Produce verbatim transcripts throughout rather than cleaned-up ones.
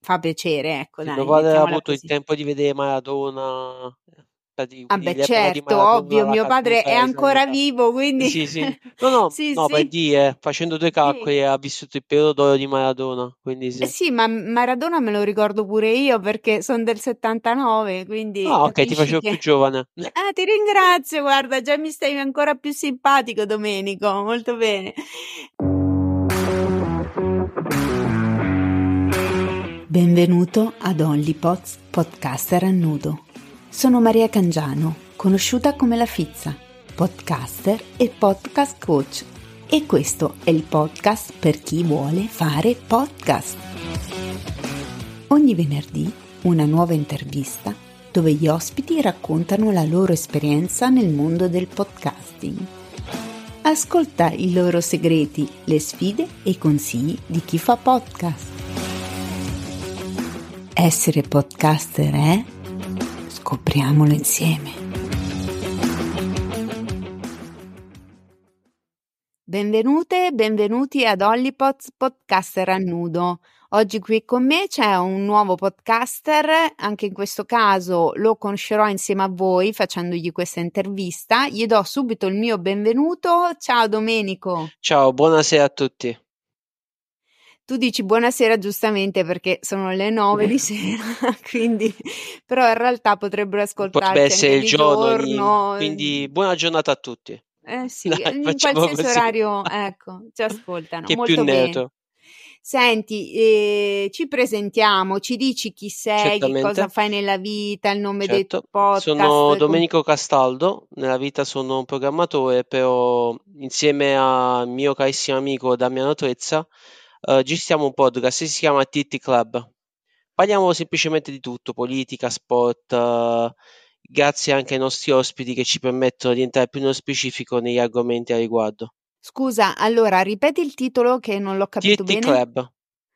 fa piacere, ecco, Sì, dai, mio padre ha mettiamola avuto il così. tempo di vedere Maradona, eh, di- Ah quindi beh, l'epoca di certo, Maradona ovvio, l'ha mio padre è caduta ancora esauriata. vivo, quindi Sì, sì. No, no, sì, no, per sì, dire, facendo due sì. calcoli, ha vissuto il periodo d'oro di Maradona, quindi Eh sì. sì, ma Maradona me lo ricordo pure io perché sono del settantanove, quindi Ah, ok, ti capisci facevo più che... giovane. Ah, ti ringrazio, guarda, già mi stai ancora più simpatico, Domenico, molto bene. Benvenuto ad OnlyPods Podcaster a nudo. Sono Maria Cangiano, conosciuta come La Fizza, podcaster e podcast coach. E questo è il podcast per chi vuole fare podcast. Ogni venerdì una nuova intervista dove gli ospiti raccontano la loro esperienza nel mondo del podcasting. Ascolta i loro segreti, le sfide e i consigli di chi fa podcast. Essere podcaster è? Scopriamolo insieme. Benvenute e benvenuti ad OnlyPods Podcaster a nudo. Oggi qui con me c'è un nuovo podcaster, anche in questo caso lo conoscerò insieme a voi facendogli questa intervista. Gli do subito il mio benvenuto. Ciao Domenico. Ciao, buonasera a tutti. Tu dici buonasera giustamente perché sono le nove di sera, quindi però in realtà potrebbero Potrebbe ascoltarti essere anche il di giorno, di- giorno. quindi buona giornata a tutti. Eh sì, Dai, in facciamo qualsiasi così. orario, ecco, ci ascoltano. Che è più Molto bene. neutro, Senti, eh, ci presentiamo, ci dici chi sei, che cosa certamente. fai nella vita, il nome del Certo, sono podcast. com- Domenico Castaldo, nella vita sono un programmatore, però insieme al mio carissimo amico Damiano Trezza eh, gestiamo un podcast che si chiama T T Club. Parliamo semplicemente di tutto, politica, sport, eh, grazie anche ai nostri ospiti che ci permettono di entrare più nello specifico negli argomenti a riguardo. Scusa, allora, ripeti il titolo che non l'ho capito T T bene? Club,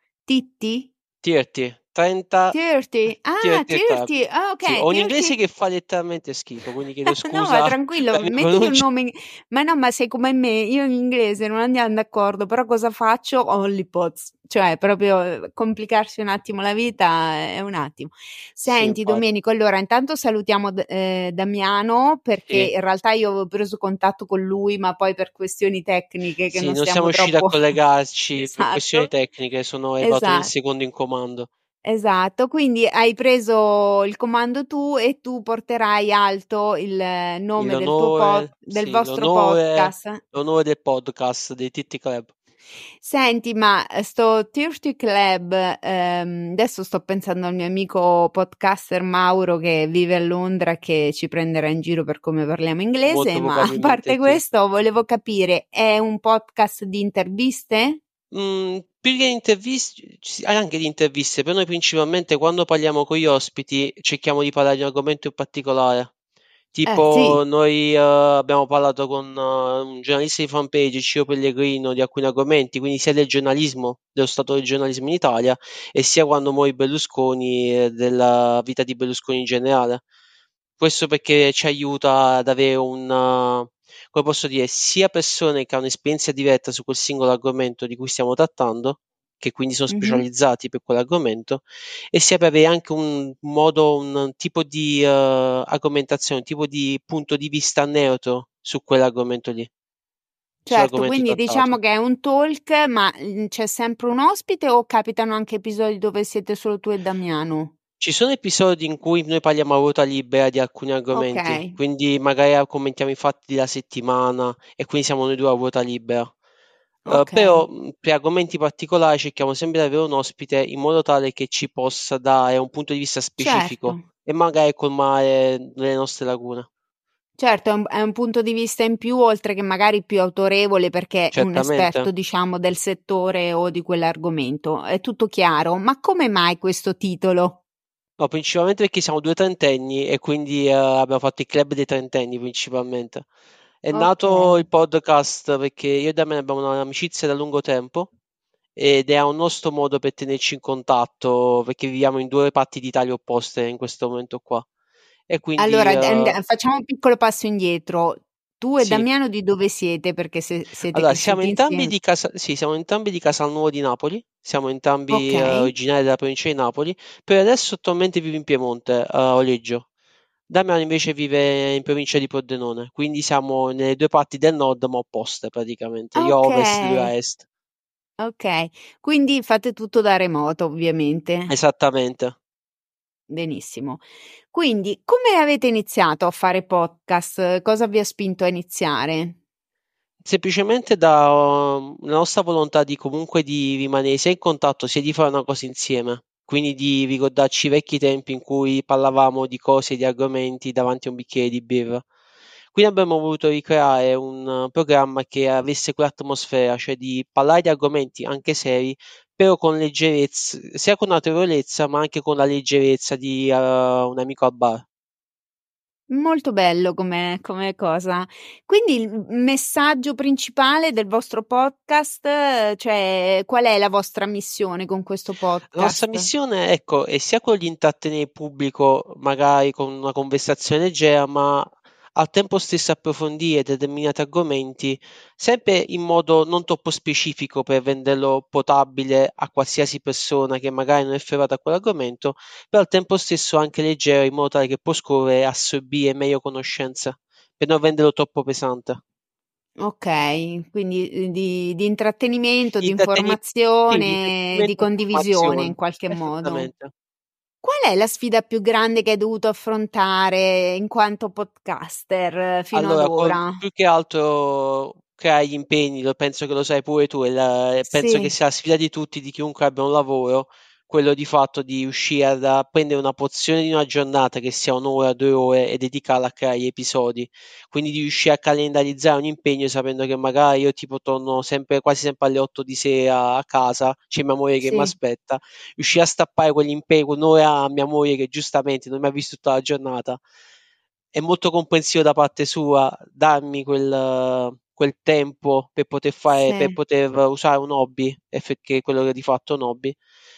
Titti? trenta, trenta, trenta? Ah, trenta Club. trenta. Ah, Sì, ok, ho un inglese trenta. che fa letteralmente schifo, quindi chiedo No, ma scusa tranquillo, per la mia mettiti un pronuncia. nome in... Ma no, ma sei come me, io in inglese non andiamo d'accordo, però cosa faccio? Hollypots, cioè proprio eh, complicarsi un attimo la vita è un attimo. Sì, Senti infatti. Domenico, allora intanto salutiamo D- eh, Damiano perché Sì, in realtà io avevo preso contatto con lui, ma poi per questioni tecniche che sì, non non siamo stiamo riusciti a troppo... collegarci per questioni Esatto, tecniche, sono arrivato nel esatto. secondo in comando. Esatto, quindi hai preso il comando tu e tu porterai alto il eh, Sì, nome del tuo pod, l'onore, del sì, vostro l'onore, podcast. l'onore del podcast dei Titti Club. Senti, ma eh, sto trenta Club, ehm, adesso sto pensando al mio amico podcaster Mauro che vive a Londra che ci prenderà in giro per come parliamo inglese, Molto ma a probabilmente parte sì. questo volevo capire, è un podcast di interviste? Mm, più che interviste, ci- anche di interviste, per noi principalmente quando parliamo con gli ospiti cerchiamo di parlare di un argomento in particolare. Eh sì, Tipo, noi eh, abbiamo parlato con eh, un giornalista di fanpage, Ciro Pellegrino, di alcuni argomenti, quindi sia del giornalismo, dello stato del giornalismo in Italia, e sia quando muore Berlusconi, e della vita di Berlusconi in generale. Questo perché ci aiuta ad avere un, eh, come posso dire, sia persone che hanno esperienza diretta su quel singolo argomento di cui stiamo trattando, che quindi sono mhm. specializzati per quell'argomento, e si avere anche un modo, un tipo di eh, argomentazione, un tipo di punto di vista neutro su quell'argomento lì, Certo, sull'argomento quindi diciamo trattato. che è un talk, ma mm, c'è sempre un ospite o capitano anche episodi dove siete solo tu e Damiano? Ci sono episodi in cui noi parliamo a ruota libera di alcuni Ok, argomenti, quindi magari commentiamo i fatti della settimana e quindi siamo noi due a ruota libera. Eh, ok. però mh, per argomenti particolari cerchiamo sempre di avere un ospite in modo tale che ci possa dare un punto di vista Certo, specifico e magari colmare le nostre lacune. certo, è un, è un punto di vista in più, oltre che magari più autorevole perché è un Certamente. esperto, diciamo, del settore o di quell'argomento. È tutto chiaro, ma come mai questo titolo? No, principalmente perché siamo due trentenni e quindi eh, abbiamo fatto il club dei trentenni principalmente. È Ok. nato il podcast perché io e Damiano abbiamo un'amicizia da lungo tempo ed è un nostro modo per tenerci in contatto perché viviamo in due parti d'Italia opposte in questo momento qua. E quindi Allora, eh, and- facciamo un piccolo passo indietro. Tu e Sì. Damiano di dove siete? Perché se siete Allora, siamo cresciuti entrambi insieme. di Casa sì, siamo entrambi di Casalnuovo di Napoli, siamo Ok, entrambi, ehm, originari della provincia di Napoli. Per adesso attualmente vivo in Piemonte, a Oleggio. Damiano invece vive in provincia di Pordenone, quindi siamo nelle due parti del nord ma opposte praticamente. Io a ok, ovest, lui a est. ok. Quindi fate tutto da remoto, ovviamente. Esattamente. Benissimo. Quindi, come avete iniziato a fare podcast? Cosa vi ha spinto a iniziare? Semplicemente da uhm, la nostra volontà di comunque di rimanere sia in contatto, sia di fare una cosa insieme. Quindi di ricordarci i vecchi tempi in cui parlavamo di cose, di argomenti davanti a un bicchiere di birra. Quindi abbiamo voluto ricreare un eh, programma che avesse quell'atmosfera, cioè di parlare di argomenti anche seri, però con leggerezza, sia con autorevolezza, ma anche con la leggerezza di eh, un amico al bar. Molto bello come come cosa. Quindi il m messaggio principale del vostro podcast, eh, cioè qual è la vostra missione con questo La nostra podcast? missione, ecco, è sia quello di intrattenere il pubblico, magari con una conversazione leggera, ma al tempo stesso approfondire determinati argomenti, sempre in modo non troppo specifico per renderlo potabile a qualsiasi persona che magari non è ferrata a quell'argomento, però al tempo stesso anche leggero in modo tale che può scorrere e assorbire meglio conoscenza, per non renderlo troppo pesante. Okay, quindi, uhm, di di intrattenimento, di Intratteni sì, di informazione, di intrattenimento e condivisione in informazione. qualche modo. Esattamente. Qual è la sfida più grande che hai dovuto affrontare in quanto podcaster fino ad Allora, con ora? più che altro creare gli impegni, lo penso che lo sai pure tu, e la penso che Sì, sia la sfida di tutti, di chiunque abbia un lavoro, quello di fatto di riuscire ad a prendere una porzione di una giornata, che sia un' ora, due ore, e dedicarla a creare gli episodi. Quindi di riuscire a calendarizzare un impegno sapendo che magari io tipo torno sempre quasi sempre alle otto di sera a casa, c'è mia moglie che sì, m'aspetta, riuscire a stappare quell'impegno, un'ora a mia moglie che giustamente non mi ha visto tutta la giornata. È molto comprensivo da parte sua darmi quel quel tempo per poter fare per sì. poter usare un hobby, effe che è quello che di fatto è un hobby,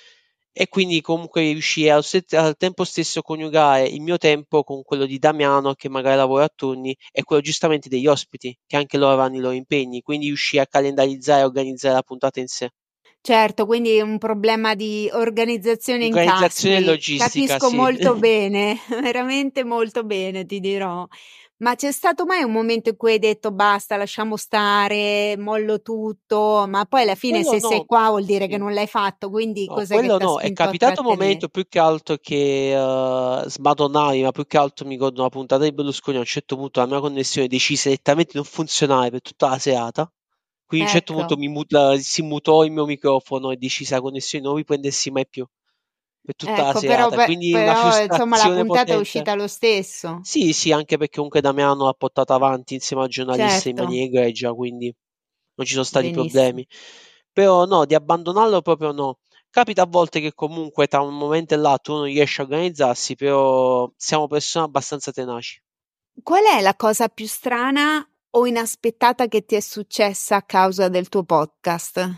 e quindi comunque riuscire allo stet al tempo stesso coniugare il mio tempo con quello di Damiano, che magari lavora a turni, e quello giustamente degli ospiti, che anche loro avranno i loro impegni, quindi riuscire a calendarizzare e organizzare la puntata in sé. Certo, quindi è un problema di organizzazione e Organizzazione e incastri. logistica, Capisco sì. molto bene, veramente molto bene, ti dirò. Ma c'è stato mai un momento in cui hai detto: "Basta, lasciamo stare, mollo tutto", ma poi alla fine Quello se sei no, qua vuol dire che sì. non l'hai fatto, quindi No, cos'è che quello t'ha no, è spinto a capitato un trattenere? momento più che altro che, uhm, smadonnai, ma più che altro mi ricordo una puntata di Berlusconi, a un certo punto la mia connessione decise letteralmente di non funzionare per tutta la serata, quindi a un certo punto Ecco, mi mu la si mutò il mio microfono e decisi la connessione di non riprendersi mai più, per tutta la ecco, però serata. pe Quindi una però insomma la frustrazione puntata è potente. uscita lo stesso. Sì, sì, anche perché comunque Damiano l'ha portata avanti insieme al giornalista in Certo, maniera egregia, quindi non ci sono stati benissimo. problemi. Però no, di abbandonarlo proprio no. Capita a volte che comunque tra un momento e l'altro uno riesce a organizzarsi, però siamo persone abbastanza tenaci. Qual è la cosa più strana o inaspettata che ti è successa a causa del tuo podcast?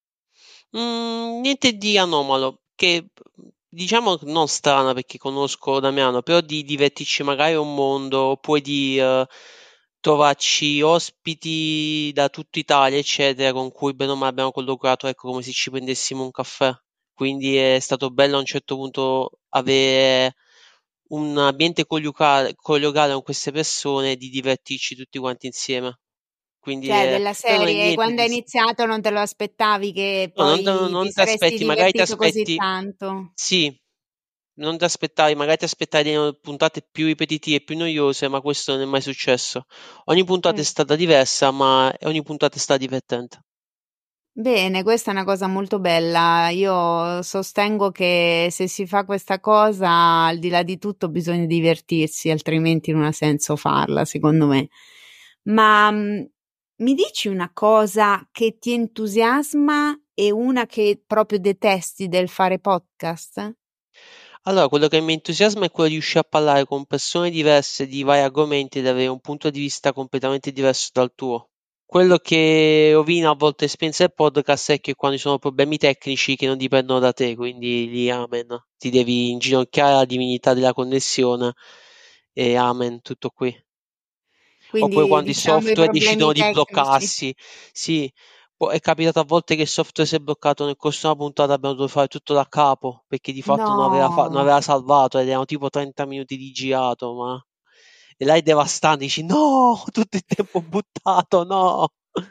Mhmm, niente di anomalo, che diciamo non strana perché conosco Damiano, però di divertirci magari a un mondo, oppure di, uhm, trovarci ospiti da tutta Italia, eccetera, con cui bene o male abbiamo colloquiato, ecco, come se ci prendessimo un caffè. Quindi è stato bello a un certo punto avere un ambiente coniugale coniugale con queste persone e di divertirci tutti quanti insieme. Quindi Cioè è della però non è serie niente quando hai di s iniziato non te lo aspettavi che no, non t poi non ti saresti t'aspetti, magari divertito così t'aspetti tanto? sì, non t'aspettavi, magari ti aspettavi delle puntate più ripetitive, più noiose, ma questo non è mai successo. Ogni puntata è Mh. stata diversa, ma ogni puntata è stata divertente. Bene, questa è una cosa molto bella. Io sostengo che se si fa questa cosa, al di là di tutto, bisogna divertirsi, altrimenti non ha senso farla, secondo me. Ma, mhmm, mi dici una cosa che ti entusiasma e una che proprio detesti del fare podcast? Allora, quello che mi entusiasma è quello di riuscire a parlare con persone diverse di vari argomenti ed avere un punto di vista completamente diverso dal tuo. Quello che rovina a volte l'esperienza del podcast è che quando ci sono problemi tecnici che non dipendono da te, quindi lì amen, ti devi inginocchiare alla divinità della connessione e amen, tutto qui. Oppure quindi quando i diciamo i software decidono problemi di tecnici. bloccarsi. Sì, può- è capitato a volte che il software si è bloccato nel corso di una puntata, abbiamo dovuto fare tutto da capo perché di fatto non aveva, fa- non No, aveva salvato ed erano tipo trenta minuti di girato, ma... E là è devastante, dici no, tutto il tempo buttato, no.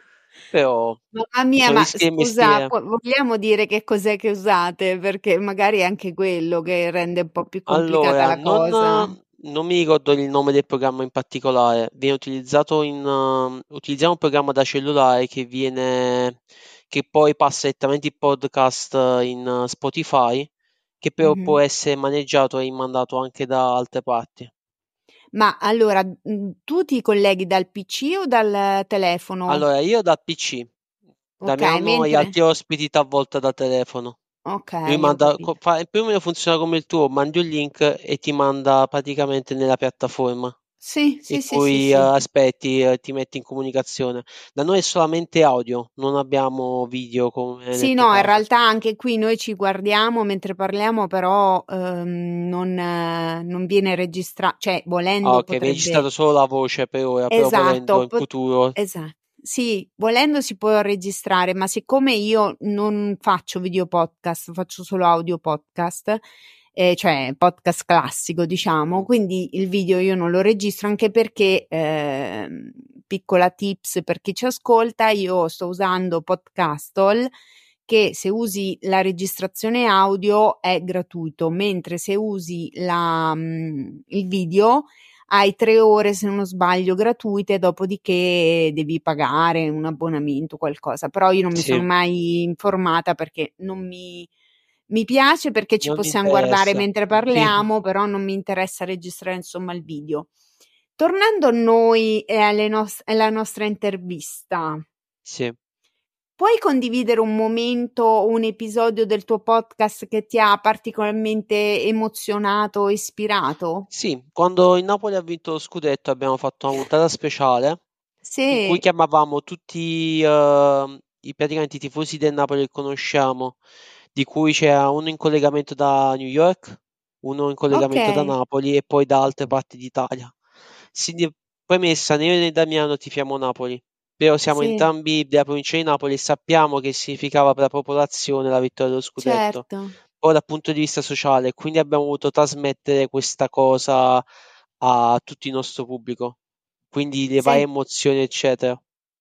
Però mamma ci mia, sono ma rischi del scusa, mestiere. pu- vogliamo dire che cos'è che usate? Perché magari è anche quello che rende un po' più complicata Allora, la non, cosa. non mi ricordo il nome del programma in particolare, viene utilizzato in... ehm, utilizziamo un programma da cellulare che viene, che poi passa direttamente il podcast in eh, Spotify, che però può Mhm. essere maneggiato e mandato anche da altre parti. Ma allora, mm, tu ti colleghi dal P C o dal telefono? Allora, io da P C, da Ok, mia nonno gli mentre... altri ospiti talvolta da telefono. Ok, Lui ho manda, co- capito. fa, più o meno funziona come il tuo, mandi un link e ti manda praticamente nella piattaforma Sì, in sì, sì, sì, cui eh, sì. aspetti e ti metti in comunicazione. Da noi è solamente audio, non abbiamo video come nel Sì, tuo no, in caso. realtà anche qui noi ci guardiamo mentre parliamo, però ehm, non, eh, non viene registrato, cioè Ah, volendo ok, vi hai potrebbe... registrato solo la voce per ora, però volendo Esatto, in pot- futuro. esatto. Sì, volendo si può registrare, ma siccome io non faccio video podcast, faccio solo audio podcast, eh, cioè podcast classico, diciamo, Mm, quindi il video io non lo registro anche perché, ehm, piccola tips per chi ci ascolta, io sto usando Podcastol che se usi la registrazione audio è gratuito, mentre se usi la, mm, il video hai tre ore, se non sbaglio, gratuite, dopodiché devi pagare un abbonamento, qualcosa. Però io non mi sono sì, mai informata perché non mi, mi piace perché ci non mi possiamo guardare interessa. mentre Sì, parliamo, però non mi interessa registrare insomma il video. Tornando a noi e alle nos- alla nostra intervista, sì. puoi condividere un momento o un episodio del tuo podcast che ti ha particolarmente emozionato o ispirato? Sì, quando il Napoli ha vinto lo scudetto abbiamo fatto una puntata speciale in cui Sì, chiamavamo tutti eh, i praticamente i tifosi del Napoli che conosciamo, di cui c'era uno in collegamento da New York, uno in ok. collegamento da Napoli e poi da altre parti d'Italia. Sì, di- premessa, né io né Damiano tifiamo Napoli, però siamo Sì, entrambi della provincia di Napoli e sappiamo che significava per la popolazione la vittoria dello scudetto. certo. Poi dal punto di vista sociale, quindi abbiamo voluto trasmettere questa cosa a tutto il nostro pubblico, quindi le varie Sen emozioni, eccetera.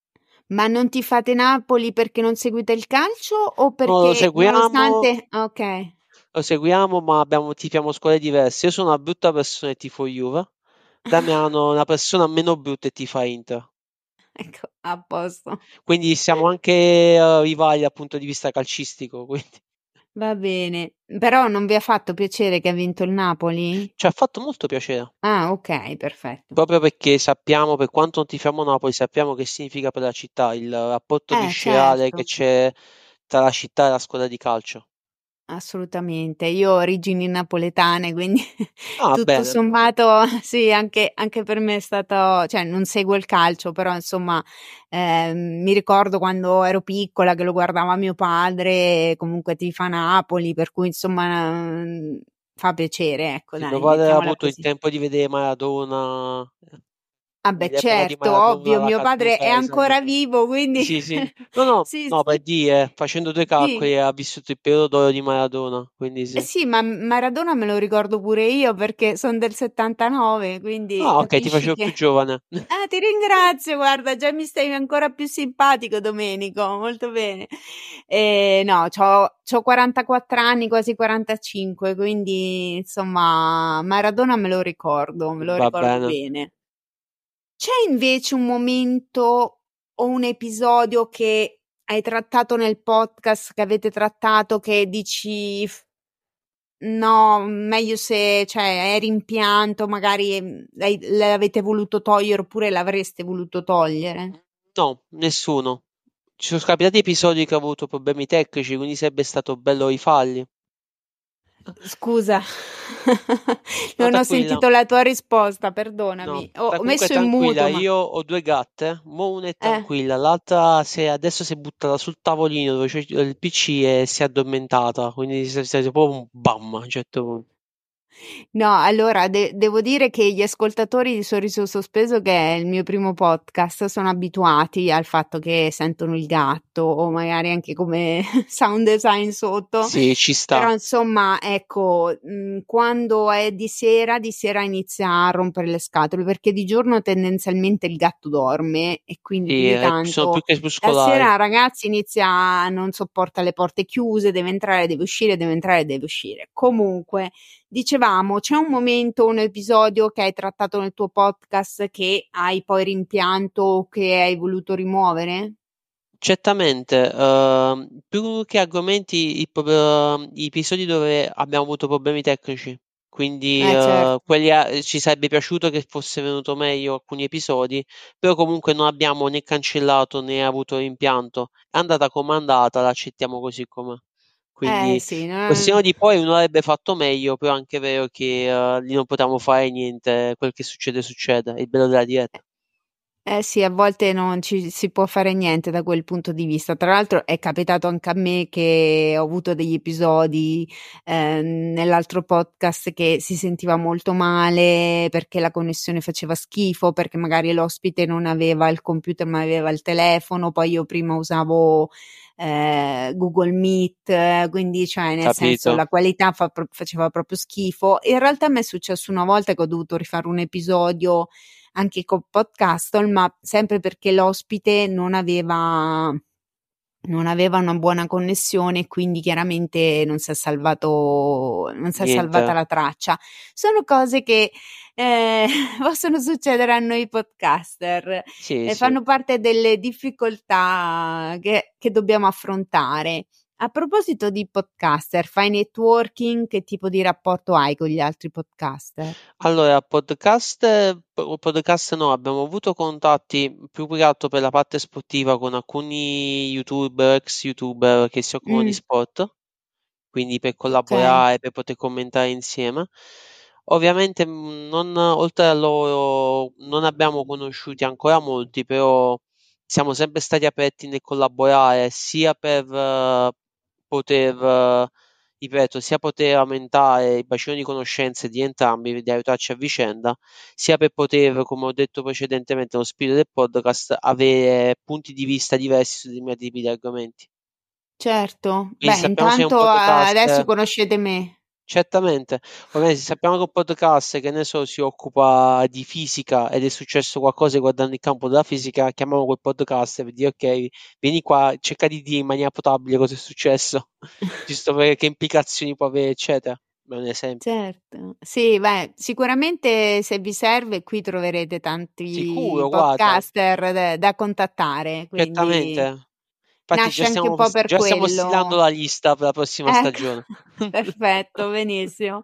ma non tifate Napoli perché non seguite il calcio o No, lo perché seguiamo, nonostante okay, lo seguiamo, ma abbiamo, tifiamo squadre diverse. Io sono una brutta persona e tifo Juve, Damiano è una persona meno brutta e tifa Inter. ecco, a posto. Quindi siamo anche eh, rivali dal punto di vista calcistico, quindi Va bene. Però non vi ha fatto piacere che ha vinto il Napoli? ci ha fatto molto piacere. Ah, okay, perfetto. Proprio perché sappiamo, per quanto non tifiamo Napoli, sappiamo che significa per la città, il rapporto Eh, viscerale che certo. c'è tra la città e la squadra di calcio. Assolutamente. Io ho origini napoletane, quindi Ah, tutto bene. sommato sì, anche anche per me è stato cioè non seguo il calcio, però insomma, ehm, mi ricordo quando ero piccola che lo guardava mio padre, comunque tifa Napoli, per cui insomma, mhmm, fa piacere, ecco Sì, mio dai, padre ha mettiamola avuto il così. tempo di vedere Maradona, eh, Ah beh nell'epoca di certo, Maradona, ovvio, la mio padre è Cartuja, ancora Salito. vivo, quindi Sì, sì. No, no, sì, no, per sì, dire, facendo due sì. calcoli, ha vissuto il periodo d'oro di Maradona, quindi Eh sì. sì, ma Maradona me lo ricordo pure io perché son del settantanove, quindi Ah, ok, ti capisci facevo che più giovane. ah, ti ringrazio, guarda, già mi stai ancora più simpatico Domenico, molto bene. Ehm, no, c'ho c'ho quarantaquattro anni, quasi quarantacinque, quindi insomma Maradona me lo ricordo, me lo Va ricordo bene. bene. C'è invece un momento o un episodio che hai trattato nel podcast, che avete trattato, che dici: "F no, meglio se cioè è rimpianto, magari, ehm, l'hai l'avete voluto togliere oppure l'avreste voluto togliere?" No, nessuno. Ci sono capitati episodi che ho avuto problemi tecnici, quindi sarebbe stato bello rifarli. Scusa, No, non ho tranquilla. sentito la tua risposta, No, perdonami. Ho tra- ho comunque messo in tranquilla, muto, ma io ho due gatte, mo una è eh. tranquilla, l'altra si è- adesso si è buttata sul tavolino dove c'è il P C e si è addormentata, quindi si è stato proprio un bam a un certo punto. No, allora de- devo dire che gli ascoltatori di Sorriso Sospeso, che è il mio primo podcast, sono abituati al fatto che sentono il gatto o magari anche come sound design sotto. Sì, ci Però sta. insomma, ecco, mh, quando è di sera, di sera inizia a rompere le scatole perché di giorno tendenzialmente il gatto dorme e quindi più Sì, di eh, sono più tanto. La crepuscolari. sera, ragazzi, inizia, non sopporta le porte chiuse, deve entrare, deve uscire, deve entrare, deve uscire. Comunque, dicevamo, c'è un momento, un episodio che hai trattato nel tuo podcast che hai poi rimpianto o che hai voluto rimuovere? Certamente, ehm, più che argomenti, i, pro- gli episodi dove abbiamo avuto problemi tecnici, quindi Eh, eh, certo. quelli a- ci sarebbe piaciuto che fosse venuto meglio alcuni episodi, però comunque non abbiamo né cancellato né avuto rimpianto. È andata come è andata, l'accettiamo così com'è. Eh, Quindi, sì, questione no? di poi uno avrebbe fatto meglio, però è anche vero che eh, lì non potevamo fare niente, quel che succede succede, è il bello della diretta. Eh sì, a volte non ci si può fare niente da quel punto di vista. Tra l'altro è capitato anche a me che ho avuto degli episodi eh, nell'altro podcast che si sentiva molto male perché la connessione faceva schifo, perché magari l'ospite non aveva il computer ma aveva il telefono, poi io prima usavo eh, Google Meet, eh, quindi cioè nel senso Capito? la qualità fa pro- faceva proprio schifo. In realtà mi è successo una volta che ho dovuto rifare un episodio anche con Podcastle, ma sempre perché l'ospite non aveva non aveva una buona connessione, quindi chiaramente non si è salvato, non si è Niente. salvata la traccia. Sono cose che eh, possono succedere a noi podcaster Sì, e sì. fanno parte delle difficoltà che, che dobbiamo affrontare. A proposito di podcaster, fai networking? Che tipo di rapporto hai con gli altri podcaster? Allora, podcast, po- podcast no, abbiamo avuto contatti più che altro per la parte sportiva con alcuni YouTuber, ex YouTuber che si occupano di Mm, sport, quindi per ok, collaborare, per poter commentare insieme. Ovviamente mh, non, oltre a loro non abbiamo conosciuti ancora molti, però siamo sempre stati aperti nel collaborare sia per eh, poter, eh, ripeto, sia poter aumentare il bacino di conoscenze di entrambi, di aiutarci a vicenda, sia per poter, come ho detto precedentemente, nello spirito del podcast, avere punti di vista diversi su determinati tipi di argomenti. certo. Quindi Beh, sappiamo se è un intanto eh, adesso podcast. conoscete me. Certamente, ovviamente se sappiamo che un podcast che ne so si occupa di fisica ed è successo qualcosa riguardando il campo della fisica, chiamiamo quel podcast per dire ok, vieni qua, cerca di dire in maniera potabile cosa è successo, giusto per che implicazioni può avere, eccetera. È un esempio. Certo, sì, beh, sicuramente se vi serve qui troverete tanti Sicuro, guarda, podcaster da, da contattare, quindi certamente. Infatti già nasce anche un stiamo, po' per già stiamo stilando quello. la lista per la prossima Ecco, stagione. perfetto, benissimo.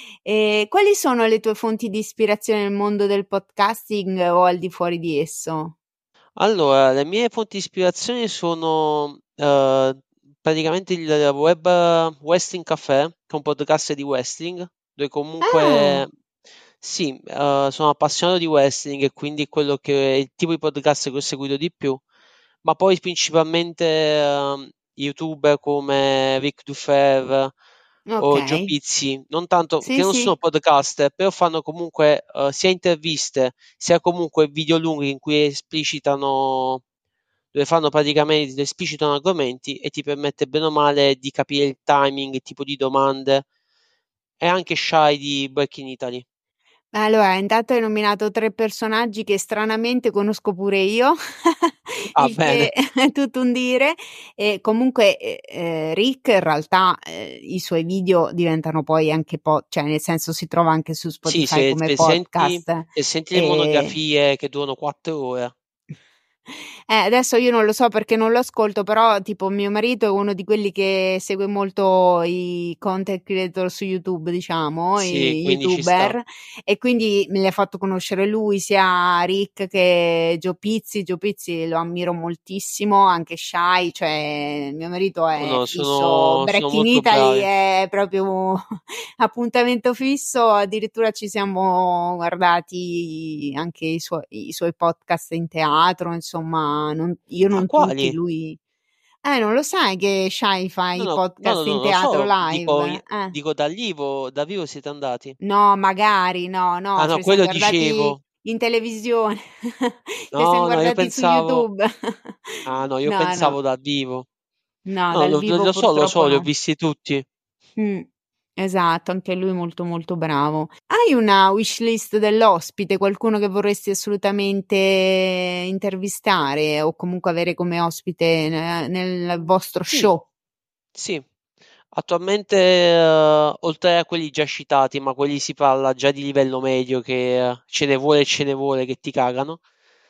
E quali sono le tue fonti di ispirazione nel mondo del podcasting o al di fuori di esso? Allora, le mie fonti di ispirazione sono eh, praticamente il web Wrestling Café, che è un podcast di wrestling, dove Ah, comunque sì, eh, sono appassionato di wrestling e quindi è quello che è il tipo di podcast che ho seguito di più, ma poi principalmente eh, YouTuber come Rick Dufer ok, o Gio Pizzi, non tanto che sì, non sono sì. podcaster, però fanno comunque eh, sia interviste sia comunque video lunghi in cui esplicitano, dove fanno praticamente, esplicitano argomenti e ti permette bene o male di capire il timing, il tipo di domande e anche Shy di Breaking Italy. Allora, intanto hai nominato tre personaggi che stranamente conosco pure io, Ah, il bene. che è tutto un dire. E comunque, eh, eh, Rick in realtà eh, i suoi video diventano poi anche po', cioè nel senso si trova anche su Sì, Spotify se, come se senti, podcast. se senti le E monografie che durano quattro ore. Eh, adesso io non lo so perché non lo ascolto, però tipo mio marito è uno di quelli che segue molto i content creator su YouTube, diciamo, Sì, i quindi ci sta. YouTuber, e quindi me li ha fatto conoscere lui, sia Rick che Gio Pizzi. Gio Pizzi lo ammiro moltissimo, anche Shy, cioè mio marito No, è no, fisso, sono, sono Breaking molto Italy bravi. è proprio appuntamento fisso, addirittura ci siamo guardati anche i suoi, i suoi podcast in teatro, insomma, non- io Ah, non tutti, quali? lui. Eh, non lo sai che Shai fa No, i no, no, no, podcast in no, lo teatro so, dico, i- live? Eh. dico dal vivo, da vivo siete andati. No, magari, no, Ah no, ce no, li siamo quello guardati dicevo. in televisione, ce li siamo No, no, io guardati su pensavo. YouTube. Ah no, io No, no, pensavo dal vivo. no, No, dal lo, lo- vivo lo so, lo purtroppo so, li ho no. visti tutti. Mm, esatto, anche lui molto molto bravo. Hai una wishlist dell'ospite, qualcuno che vorresti assolutamente intervistare o comunque avere come ospite nel, nel vostro Sì, show? sì. Attualmente, eh, oltre a quelli già citati, ma quelli si parla già di livello medio, che eh, ce ne vuole e ce ne vuole che ti cagano.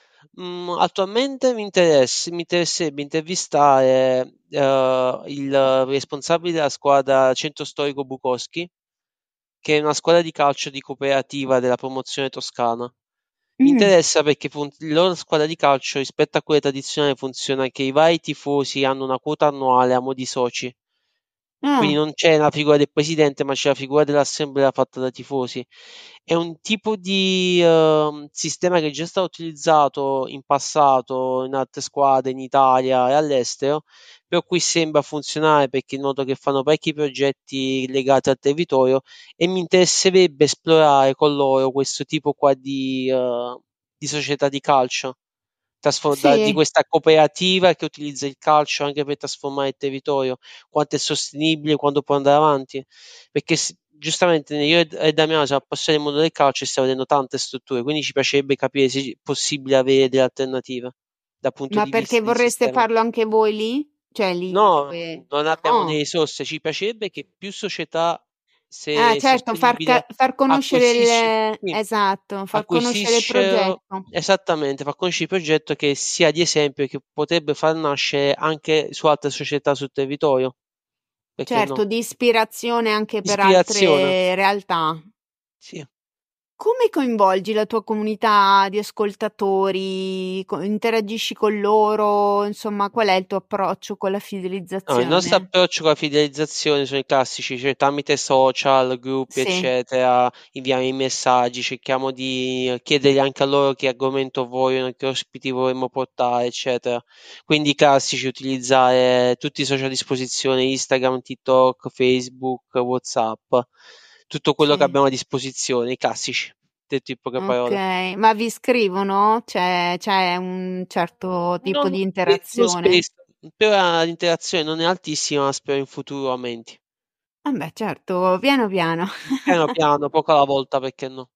Mm, attualmente mi interessa, mi interesserebbe intervistare eh, il responsabile della squadra Centro Storico Bukowski, che è una squadra di calcio di cooperativa della promozione toscana. Mi Mm, interessa perché fun- la loro squadra di calcio rispetto a quella tradizionale funziona che i vari tifosi hanno una quota annuale a mo' di soci. Quindi ah, non c'è la figura del presidente, ma c'è la figura dell'assemblea fatta da tifosi. È un tipo di ehm, sistema che è già stato utilizzato in passato in altre squadre in Italia e all'estero, però qui sembra funzionare perché noto che fanno parecchi progetti legati al territorio e mi interesserebbe esplorare con loro questo tipo qua di, eh, di società di calcio. Trasfor- da- di sì. questa cooperativa che utilizza il calcio anche per trasformare il territorio, quanto è sostenibile, quanto può andare avanti, perché s- giustamente io e e Damiano siamo appassionati del mondo del calcio e stiamo vedendo tante strutture, quindi ci piacerebbe capire se è possibile avere delle alternative dal punto Ma di perché vista di vorreste sistema. farlo anche voi lì? Cioè lì No, dove... non abbiamo né No. risorse, ci piacerebbe che più società, Ah, se è certo, far, ca- sostenibile, far conoscere acquisisce, il... sì, Esatto, far conoscere il acquisisce progetto. esattamente, fa conoscere il progetto che sia di esempio e che potrebbe far nascere anche su altre società sul territorio, perché Certo, no? di ispirazione anche per Ispirazione, altre realtà. sì. Come coinvolgi la tua comunità di ascoltatori? Co- Interagisci con loro? Insomma, qual è il tuo approccio con la No, il nostro fidelizzazione? approccio con la fidelizzazione sono i classici, cioè tramite social, gruppi, Sì, eccetera, inviamo i messaggi, cerchiamo di chiedergli anche a loro che argomento vogliono, che ospiti vorremmo portare, eccetera. Quindi i classici, utilizzare tutti i social a disposizione, Instagram, TikTok, Facebook, WhatsApp, tutto quello che sì. abbiamo a disposizione, i classici, detto in poche Ok, parole. ma vi scrivono? C'è, c'è un certo tipo Non, di non interazione? spesso, però l'interazione non è altissima, ma spero in futuro aumenti. Vabbè, certo, piano piano. Piano piano, poco alla volta, perché no?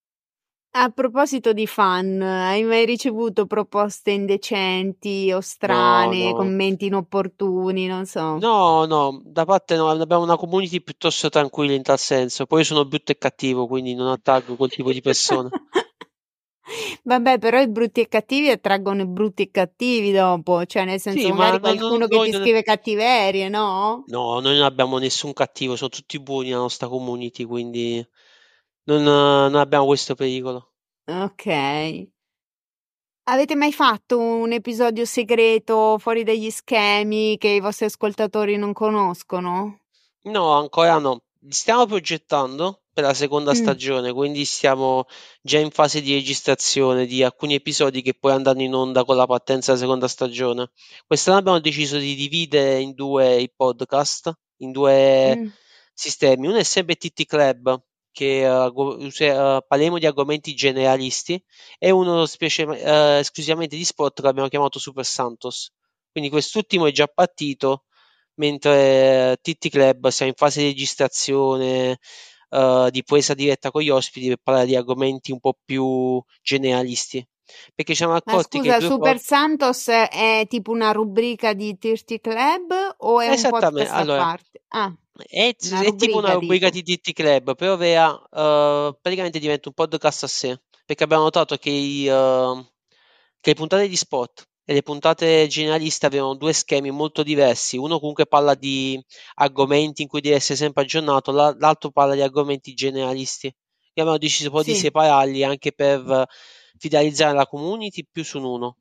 A proposito di fan, hai mai ricevuto proposte indecenti o No, strane, no, commenti inopportuni, non so? no, no, da parte no, abbiamo una community piuttosto tranquilla in tal senso. Poi io sono brutto e cattivo, quindi non attacco quel tipo di persone. Vabbè, però i brutti e cattivi attraggono i brutti e cattivi dopo, cioè nel senso Sì, ma magari no- no- qualcuno che noi ti non, scrive cattiverie, no? no, noi non abbiamo nessun cattivo, sono tutti buoni la nostra community, quindi non, non abbiamo questo pericolo. Ok. Avete mai fatto un episodio segreto fuori dagli schemi che i vostri ascoltatori non conoscono? No, ancora no. Stiamo progettando per la seconda Mm, stagione, quindi stiamo già in fase di registrazione di alcuni episodi che poi andranno in onda con la partenza della seconda stagione. Quest'anno abbiamo deciso di dividere in due i podcast, in due mm, sistemi. Uno è sempre T T Club, che eh, argo- use- eh, parliamo di argomenti generalisti, e uno specie- eh, esclusivamente di sport che abbiamo chiamato Super Santos. Quindi quest'ultimo è già partito mentre T T Club siamo in fase di registrazione, eh, di presa diretta con gli ospiti per parlare di argomenti un po' più generalisti. Perché ci siamo Ma accorti che scusa, due pod... Super Santos è tipo una rubrica di Tirti Club o è un Esattamente, podcast a allora, parte? Ah, è, una è tipo una rubrica rubrica tipo. di T T Club, però vera, eh, praticamente diventa un podcast a sé, perché abbiamo notato che, i, eh, che le puntate di sport e le puntate generaliste avevano due schemi molto diversi. Uno comunque parla di argomenti in cui devi essere sempre aggiornato, la- l'altro parla di argomenti generalisti. E abbiamo deciso poi di Sì. separarli anche per fidelizzare la community più su uno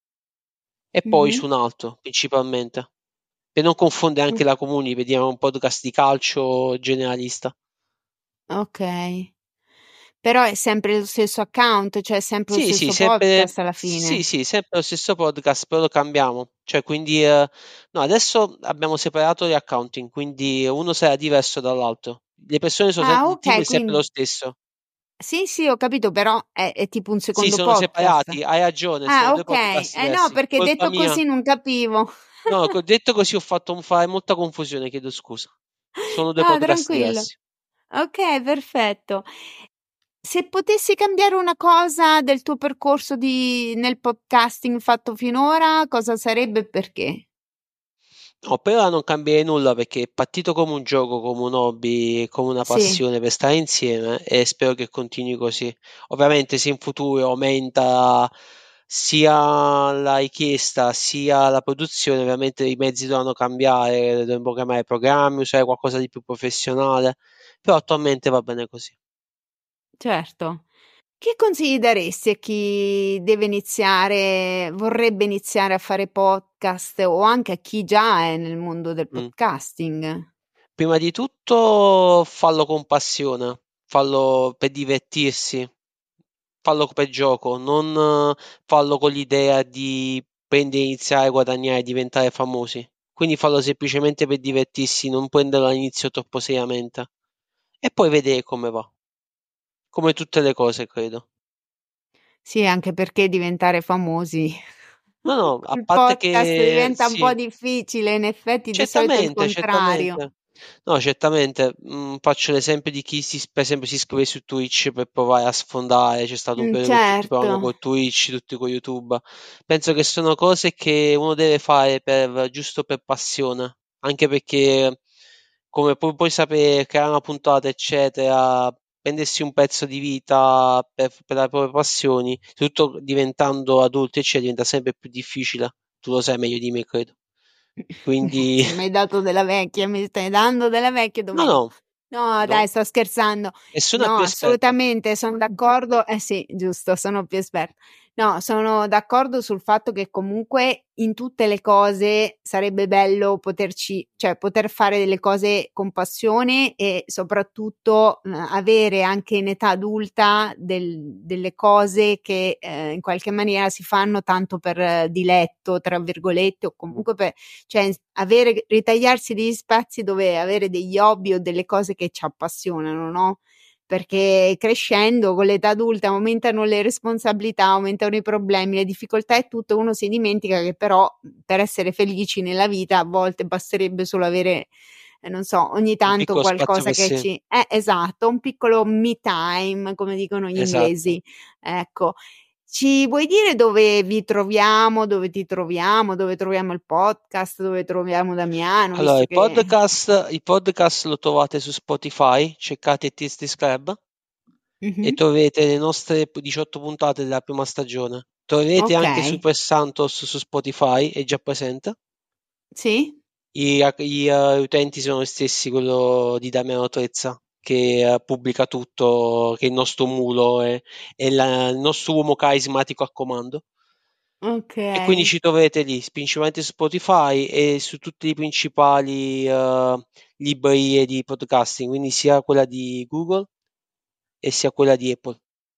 e poi su Mhm. un altro, principalmente. Per non confondere anche la community, vediamo un podcast di calcio generalista. Ok. Però è sempre lo stesso account, cioè sempre lo Sì, sì, stesso sempre, podcast alla sì, fine. sì, sempre lo stesso podcast, però lo cambiamo. Cioè, quindi, eh, no, adesso abbiamo separato gli accounting, quindi uno sarà diverso dall'altro. Le persone sono Ah, sempre, il team è ok, sempre lo quindi stesso. sì, sì, ho capito, però è, è tipo un Sì, secondo sono podcast. separati, hai ragione, sono Ah, due ok. podcast Eh no, diversi. perché Colpa detto mia. così non capivo. No, co- detto così ho fatto fare molta confusione, chiedo scusa. Sono due No, podcast tranquillo. diversi. Ok, perfetto. Se potessi cambiare una cosa del tuo percorso di, nel podcasting fatto finora, cosa sarebbe e perché? No, per ora non cambierei nulla perché è partito come un gioco, come un hobby, come una Sì, passione per stare insieme e spero che continui così. Ovviamente se in futuro aumenta sia la richiesta sia la produzione, ovviamente i mezzi dovranno cambiare, dovremmo cambiare programmi, usare qualcosa di più professionale, però attualmente va bene così. certo. Che consigli daresti a chi deve iniziare, vorrebbe iniziare a fare podcast o anche a chi già è nel mondo del Mm. podcasting? Prima di tutto fallo con passione, fallo per divertirsi, fallo per gioco, non eh, fallo con l'idea di prendere, iniziare, guadagnare, diventare famosi. Quindi fallo semplicemente per divertirsi, non prenderlo all'inizio troppo seriamente. E poi vedere come va. Come tutte le cose, credo. Sì, anche perché diventare famosi No, no, a il parte podcast che diventa un po' sì. difficile, in effetti di solito è il Certamente, contrario. certamente. No, certamente. Mm, faccio l'esempio di chi si, per esempio si iscrive su Twitch per provare a sfondare. C'è stato un Mm, periodo che tutti certo. provano con Twitch, tutti con YouTube. Penso che sono cose che uno deve fare per, giusto per passione. Anche perché, come pu- puoi sapere, creare una puntata, eccetera, prendersi un pezzo di vita per, per le proprie passioni, tutto diventando adulti, eccetera, diventa sempre più difficile. Tu lo sai meglio di me, credo. Quindi, Sì, mi hai dato della vecchia, mi stai dando della vecchia, no, Domenico. no, No, no, dai, sto scherzando. nessuna No, più esperta. assolutamente, sono d'accordo. Eh sì, giusto, sono più esperta. No, sono d'accordo sul fatto che comunque in tutte le cose sarebbe bello poterci, cioè poter fare delle cose con passione e soprattutto eh, avere anche in età adulta del- delle cose che eh, in qualche maniera si fanno tanto per eh, diletto, tra virgolette, o comunque per cioè avere ritagliarsi degli spazi dove avere degli hobby o delle cose che ci appassionano, no, perché crescendo con l'età adulta aumentano le responsabilità, aumentano i problemi, le difficoltà e tutto, uno si dimentica che però per essere felici nella vita a volte basterebbe solo avere, ehm, non so, ogni Un tanto piccolo spazio qualcosa per che sé. ci eh, esatto, un piccolo me time, come dicono gli Esatto. inglesi, ecco. Ci vuoi dire dove vi troviamo, dove ti troviamo, dove troviamo il podcast, dove troviamo Damiano, Allora, visto i che podcast, i podcast lo trovate su Spotify, cercate Tasty Club e mh-mh, troverete le nostre diciotto puntate della prima stagione. Troverete anche okay, Super Santos su Spotify, è già presente. sì, I, gli eh, utenti sono gli stessi, quello di Damiano Trezza, che eh, pubblica tutto, che è il nostro mulo e è la- il nostro uomo carismatico a comando. E quindi okay, ci troverete lì, principalmente su Spotify e su tutte le principali eh, librerie di podcasting, quindi sia quella di Google e sia quella di Apple.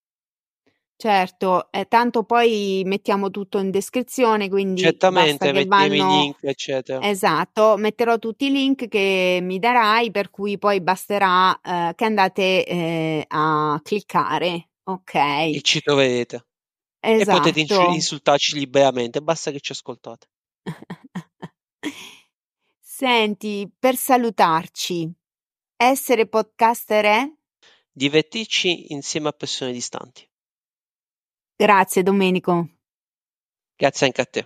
certo, e tanto poi mettiamo tutto in descrizione, quindi basta Certamente, che metteremo i vanno link, eccetera. esatto, metterò tutti i link che mi darai, per cui poi basterà, ehm, che andate, ehm, a cliccare, E okay, ci troverete. E potete insu- esatto. insultarci liberamente, basta che ci ascoltate. Senti, per salutarci, essere podcaster è? Divertirci insieme a persone distanti. Grazie Domenico. Grazie anche a te.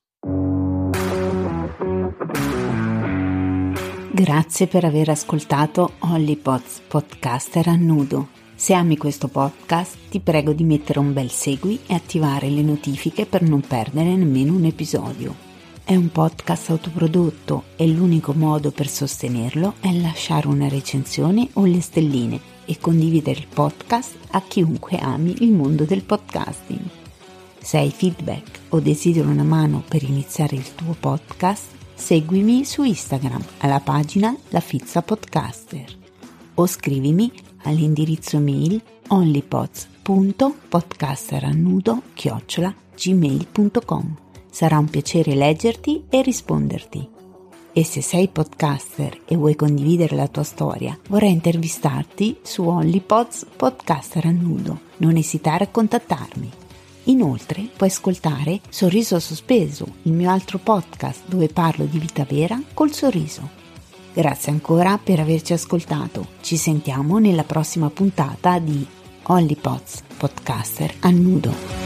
Grazie per aver ascoltato Hollypods Podcaster a nudo. Se ami questo podcast, ti prego di mettere un bel segui e attivare le notifiche per non perdere nemmeno un episodio. È un podcast autoprodotto e l'unico modo per sostenerlo è lasciare una recensione o le stelline e condividere il podcast a chiunque ami il mondo del podcasting. Se hai feedback o desideri una mano per iniziare il tuo podcast, seguimi su Instagram alla pagina La Fizza Podcaster o scrivimi all'indirizzo mail onlypods punto podcasterannudo chiocciola gmail punto com. Sarà un piacere leggerti e risponderti. E se sei podcaster e vuoi condividere la tua storia, vorrei intervistarti su OnlyPods Podcaster a Nudo. Non esitare a contattarmi. Inoltre puoi ascoltare Sorriso Sospeso, il mio altro podcast dove parlo di vita vera col sorriso. Grazie ancora per averci ascoltato. Ci sentiamo nella prossima puntata di OnlyPods Podcaster a Nudo.